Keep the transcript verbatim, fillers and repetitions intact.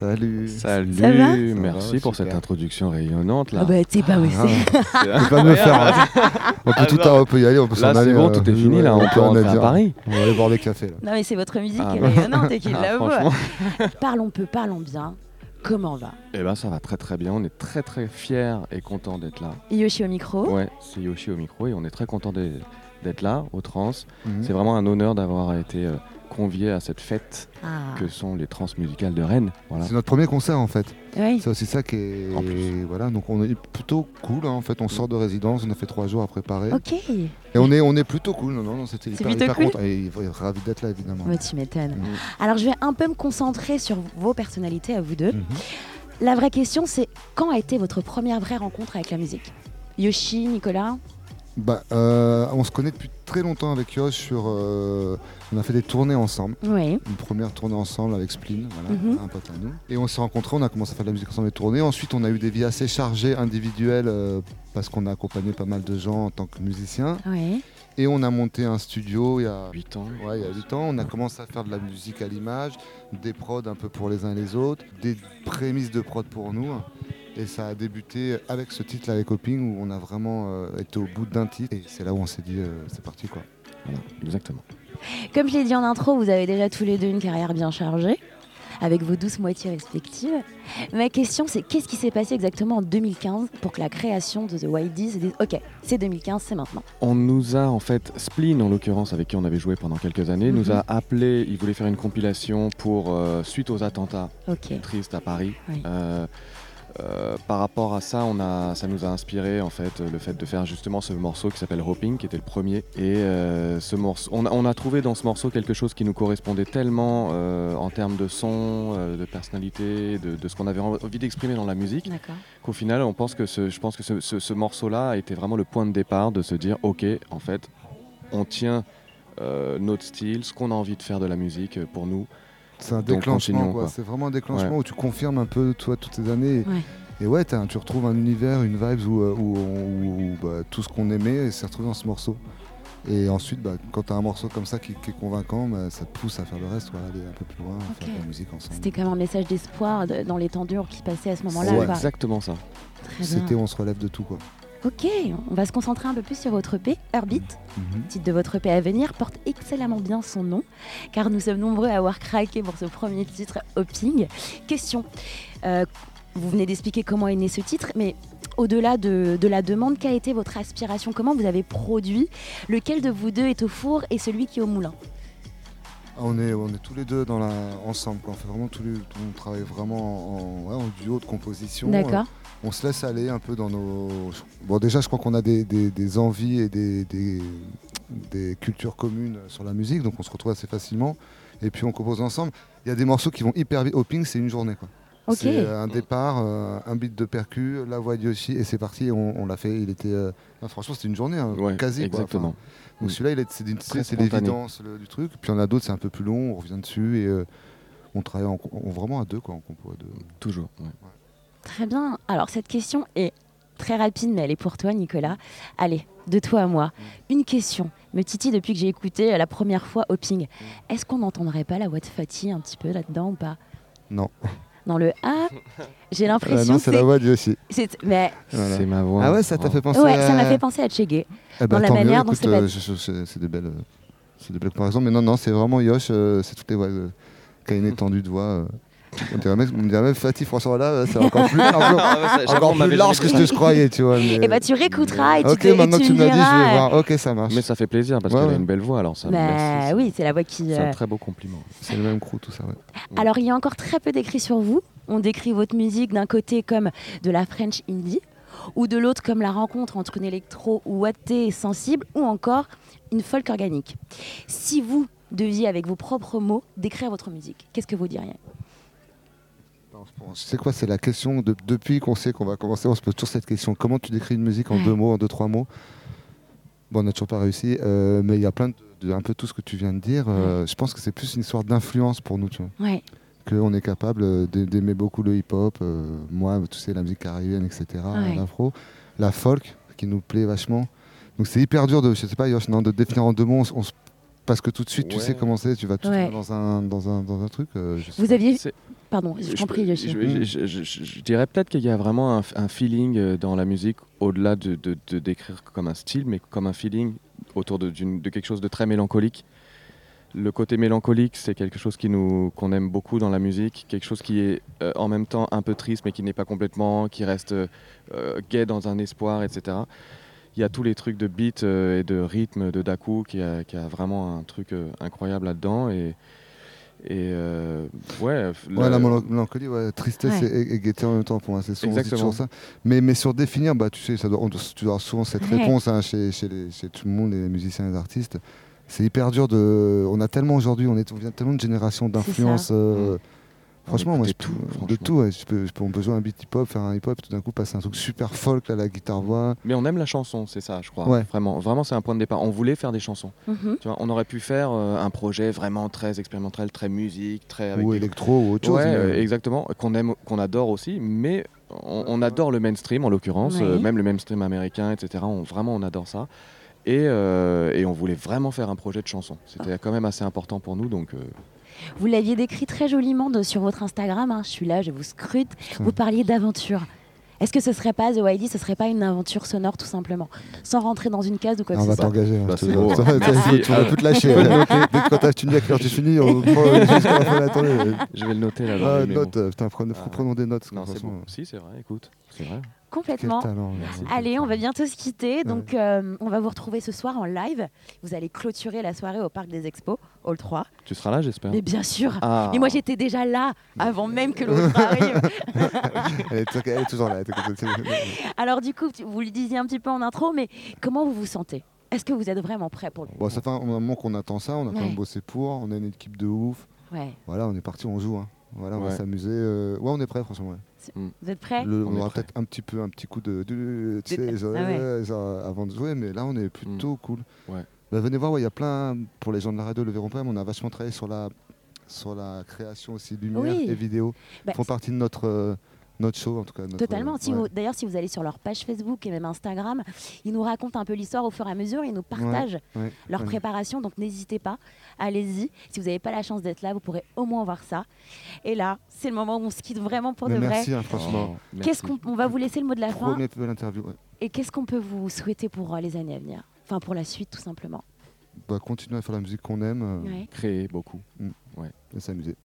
Salut. Salut, Ça va merci va, pour super. cette introduction rayonnante là. Ah bah t'es pas où c'est. On peut pas me faire. hein. On peut Ah tout non. à, on peut y aller, on peut Là s'en aller. c'est bon, euh, tout est fini ouais, là, on peut peut rien rentrer à dire. Paris. On va aller boire des cafés là. Non mais c'est votre musique Ah qui est bah. rayonnante et qui Ah, la voix. franchement. Parlons peu, parlons bien. Comment va Eh ben ça va très très bien, on est très très fiers et contents d'être là. Yoshi au micro. Ouais, c'est Yoshi au micro et on est très contents d'être d'être là au Trans. Mhm. C'est vraiment un honneur d'avoir été euh, convié à cette fête Ah. que sont les Trans musicales de Rennes. Voilà. C'est notre premier concert en fait. Oui. C'est aussi ça qui est. En plus. Voilà, donc on est plutôt cool. hein, En fait, on sort de résidence, on a fait trois jours à préparer. Ok. Et on est, on est plutôt cool. Non, non, non c'était C'est hyper, plutôt hyper cool. content. Et il est ravi d'être là évidemment. Ouais, tu m'étonnes. Mhm. Alors je vais un peu me concentrer sur vos personnalités à vous deux. Mhm. La vraie question c'est quand a été votre première vraie rencontre avec la musique Yoshi, Nicolas. Bah, euh, on se connaît depuis très longtemps avec Yosh. Sur, euh, on a fait des tournées ensemble. Oui. Une première tournée ensemble avec Spleen, voilà, Mhm. un pote à nous. Et on s'est rencontrés, on a commencé à faire de la musique ensemble et tourner. Ensuite, on a eu des vies assez chargées, individuelles, euh, parce qu'on a accompagné pas mal de gens en tant que musicien. Oui. Et on a monté un studio il y a huit ans. Ouais, il y a huit ans, on a commencé à faire de la musique à l'image, des prods un peu pour les uns et les autres, des prémices de prod pour nous. Et ça a débuté avec ce titre-là, avec Hopping, où on a vraiment euh, été au bout d'un titre. Et c'est là où on s'est dit, euh, c'est parti quoi. Voilà, exactement. Comme je l'ai dit en intro, vous avez déjà tous les deux une carrière bien chargée, avec vos douces moitiés respectives. Ma question, c'est qu'est-ce qui s'est passé exactement en deux mille quinze pour que la création de The White D's se dise ok, c'est deux mille quinze, c'est maintenant. On nous a en fait, Spleen en l'occurrence, avec qui on avait joué pendant quelques années, Mhm. nous a appelé, il voulait faire une compilation pour, euh, suite aux attentats Ok. tristes à Paris. Oui. Euh, euh, par rapport à ça, on a, ça nous a inspiré en fait le fait de faire justement ce morceau qui s'appelle Hopping, qui était le premier. Et euh, ce morceau, on a, on a trouvé dans ce morceau quelque chose qui nous correspondait tellement euh, en termes de son, euh, de personnalité, de, de ce qu'on avait envie d'exprimer dans la musique, D'accord. qu'au final, on pense que ce, je pense que ce, ce- ce morceau-là a été vraiment le point de départ de se dire, ok, en fait, on tient euh, notre style, ce qu'on a envie de faire de la musique euh, pour nous. C'est un Donc, déclenchement, continuons, quoi. quoi. C'est vraiment un déclenchement Ouais. où tu confirmes un peu toi toutes ces années. Et, Ouais. et ouais, t'as- tu retrouves un univers, une vibe où, euh, où, où- où, bah, tout ce qu'on aimait s'est retrouvé dans ce morceau. Et ensuite, bah, quand tu as un morceau comme ça qui, qui est convaincant, bah, ça te pousse à faire le reste, quoi, aller un peu plus loin, à Ok. faire de la musique ensemble. C'était comme un message d'espoir de- dans les temps durs qui se passaient à ce moment-là. Ouais. quoi. Exactement ça. Très bien. C'était où on se relève de tout, quoi. Ok, on va se concentrer un peu plus sur votre E P, Heartbeat. Mhm. Titre de votre E P à venir porte excellemment bien son nom, car nous sommes nombreux à avoir craqué pour ce premier titre, Hopping. Question, euh, vous venez d'expliquer comment est né ce titre, mais au-delà de, de la demande, quelle a été votre aspiration? Comment vous avez produit? Lequel de vous deux est au four et celui qui est au moulin? Ah, on, est, on est tous les deux dans la, ensemble, quoi. On fait vraiment tous les, on travaille vraiment en, ouais, en duo de composition. D'accord. Euh, on se laisse aller un peu dans nos... Bon, déjà, je crois qu'on a des, des- des envies et des, des- des cultures communes sur la musique, donc on se retrouve assez facilement. Et puis on compose ensemble. Il y a des morceaux qui vont hyper vite. Hopping, c'est une journée, quoi. Ok. C'est euh, un départ, euh, un beat de percu, la voix de Yoshi, et c'est parti. Et on, on l'a fait. Il était, euh, non, franchement, c'était une journée, hein, Ouais, quasi. quoi. exactement. Enfin, donc Mm. celui-là, il est- c'est d'une- Très c'est spontané. l'évidence le- du truc. Puis il y en a d'autres, c'est un peu plus long. On revient dessus et euh, on travaille en, on- vraiment à deux, quoi. On compose à deux. Toujours. ouais. Très bien. Alors cette question est très rapide, mais elle est pour toi, Nicolas. Allez, de toi à moi. Une question me titille depuis que j'ai écouté la première fois Hopping. Est-ce qu'on n'entendrait pas la voix de Fatih un petit peu là-dedans ou pas? Non. Dans le A, j'ai Euh, l'impression non, que c'est la voix de Yoshi. c'est- mais Voilà. C'est ma voix. Ah ouais, ça t'a Oh. fait penser ouais, à... ça m'a fait penser à Chegué. Eh ben, dans la tant mieux, manière dont écoute, c'est pas- euh, je- je- c'est c'est des belles, euh, c'est des belles comparaisons. Mais non, non, c'est vraiment Yosh. euh, c'est toutes les voix. euh, qui a une étendue de voix. euh. On dirait même, on dirait même Fatih, franchement, là, euh, c'est encore plus, encore, Ah ouais, ça- j'avoue, encore on m'avait plus large que jamais ce dit que je croyais, tu vois. Mais... Et bah tu réécouteras et tu, Ok, te, et maintenant que tu tu me me l'as dit, je diras, vais euh, voir. Ok, ça marche. Mais ça fait plaisir parce Ouais, qu'elle a ouais. une belle voix, alors ça. bah merci, c'est- oui, c'est la voix qui. C'est euh, un très beau compliment. C'est le même crew, tout ça, ouais. Alors, il y a encore très peu d'écrits sur vous. On décrit votre musique d'un côté comme de la French indie, ou de l'autre comme la rencontre entre une électro ouatée et sensible, ou encore une folk organique. Si vous deviez, avec vos propres mots, décrire votre musique, qu'est-ce que vous diriez? Non, je pense- C'est quoi, c'est la question, de, depuis qu'on sait qu'on va commencer, on se pose toujours cette question. Comment tu décris une musique en Ouais. deux mots, en deux, trois mots? Bon, on n'a toujours pas réussi, euh, mais il y a plein de, de- un peu tout ce que tu viens de dire. euh, Je pense que c'est plus une histoire d'influence pour nous, tu vois. Ouais, Qu'on est capable euh, d'a- d'aimer beaucoup le hip-hop, euh, moi, tu sais, la musique caribéenne, et cetera, Ouais. l'afro, la folk, qui nous plaît vachement. Donc c'est hyper dur de, je sais pas, Yosh, non, de définir en deux mots. On, s- on s- parce que tout de suite, tu Ouais. sais comment c'est, tu vas tout de Ouais. suite dans un, dans un, dans un truc. euh, je sais Vous pas. aviez. C'est- Pardon, je t'en Je- prie, Yoshi. je, je- je- je- je dirais peut-être qu'il y a vraiment un, un feeling euh, dans la musique, au-delà de, de- de décrire comme un style, mais comme un feeling autour de, d'une- de quelque chose de très mélancolique. Le côté mélancolique, c'est quelque chose qui nous, qu'on aime beaucoup dans la musique, quelque chose qui est euh, en même temps un peu triste, mais qui n'est pas complètement, qui reste euh, gai dans un espoir, et cetera. Il y a tous les trucs de beat euh, et de rythme de Daku qui a, qui a vraiment un truc euh, incroyable là-dedans. Et, et euh, ouais, Ouais, le- la mélan- mélancolie, ouais, tristesse Ouais. et, et gaieté en même temps pour moi, c'est souvent, c'est Exactement. toujours ça. Mais, mais sur définir, bah, tu sais, ça doit, on doit- tu dois avoir souvent cette Ouais. réponse hein, chez, chez, les- chez tout le monde, les musiciens et les artistes. C'est hyper dur de. On a tellement aujourd'hui, on, est, on vient tellement de générations d'influence. ça. euh, Mmh. Franchement, On moi, je écoutait peux, tout, de franchement. tout. Ouais, je peux, je peux- on peut jouer un beat hip-hop, faire un hip-hop, tout d'un coup passer un truc super folk, là, la guitare-voix. Mais on aime la chanson, c'est ça, je crois. Ouais. Vraiment, vraiment, c'est un point de départ. On voulait faire des chansons. Mhm. Tu vois, on aurait pu faire euh, un projet vraiment très expérimental, très musique, très avec Ou des- électro ou autre chose. Ouais, mais, euh, euh, exactement, qu'on aime, qu'on adore aussi, mais on, on adore le mainstream en l'occurrence, Ouais. euh, même le mainstream américain, et cetera. On, vraiment, on adore ça. Et, euh, et on voulait vraiment faire un projet de chanson. C'était quand même assez important pour nous, donc. euh, Vous l'aviez décrit très joliment de- sur votre Instagram. hein, Je suis là, je vous scrute. putain. Vous parliez d'aventure. Est-ce que ce serait pas, The Wiley, ce serait pas une aventure sonore tout simplement, sans rentrer dans une case ou quoi Ah, que on ce va soit. t'engager. hein, Bah, je te c'est jure. beau. Ça va, Merci. tu tu vas Ah. plus te lâcher. ouais. Dès que quand t'as fini avec l'heure du fini, on prend jusqu'à la fin de la tournée. Je vais le noter là. dans Ah, les mémos. note, euh, putain, prenez, Ah. prenons des notes. Non, c'est franchement. bon. Si, c'est vrai, écoute, c'est vrai. Quel Complètement. talent. Merci. là. Allez, on va bientôt se quitter. Donc, euh, on va vous retrouver ce soir en live. Vous allez clôturer la soirée au Parc des Expos, Hall trois. Tu seras là, j'espère. Mais bien sûr. Ah. Et moi, j'étais déjà là avant même que l'autre arrive. Elle est, elle est toujours là. elle est- Alors, du coup, tu- vous le disiez un petit peu en intro, mais comment vous vous sentez? Est-ce que vous êtes vraiment prêt pour le Bon, ça fait un moment qu'on attend ça. On a quand Ouais. même bossé pour. On a une équipe de ouf. Ouais. Voilà, on est parti, on joue. hein. Voilà, on va Ouais. s'amuser. euh, Ouais, on est prêt, franchement. ouais. Vous êtes prêts? Le- On on est aura prêt. peut-être un petit peu, un petit coup de, de- tu De- sais, genre, Ah ouais. euh, genre, avant de jouer, mais là, on est plutôt cool. Ouais. Bah, venez voir, ouais, il y a plein. Pour les gens de la radio, le verront pas, mais on a vachement travaillé sur la, sur la création aussi lumière Oui. et vidéo. Bah, Ils font partie de notre, euh, notre show, en tout cas. notre- Totalement. Si ouais. vous- D'ailleurs, si vous allez sur leur page Facebook et même Instagram, ils nous racontent un peu l'histoire au fur et à mesure. Ils nous partagent Ouais, leur ouais. préparation. Donc, n'hésitez pas. Allez-y. Si vous n'avez pas la chance d'être là, vous pourrez au moins voir ça. Et là, c'est le moment où on se quitte vraiment pour Mais de vrai. merci, hein, franchement. Oh, Qu'est-ce merci. qu'on on va vous laisser le mot de la fin. Premier peu l'interview. ouais. Et qu'est-ce qu'on peut vous souhaiter pour euh, les années à venir? Enfin, pour la suite, tout simplement. Bah, continuer à faire la musique qu'on aime euh, Ouais. Créer beaucoup. et s'amuser.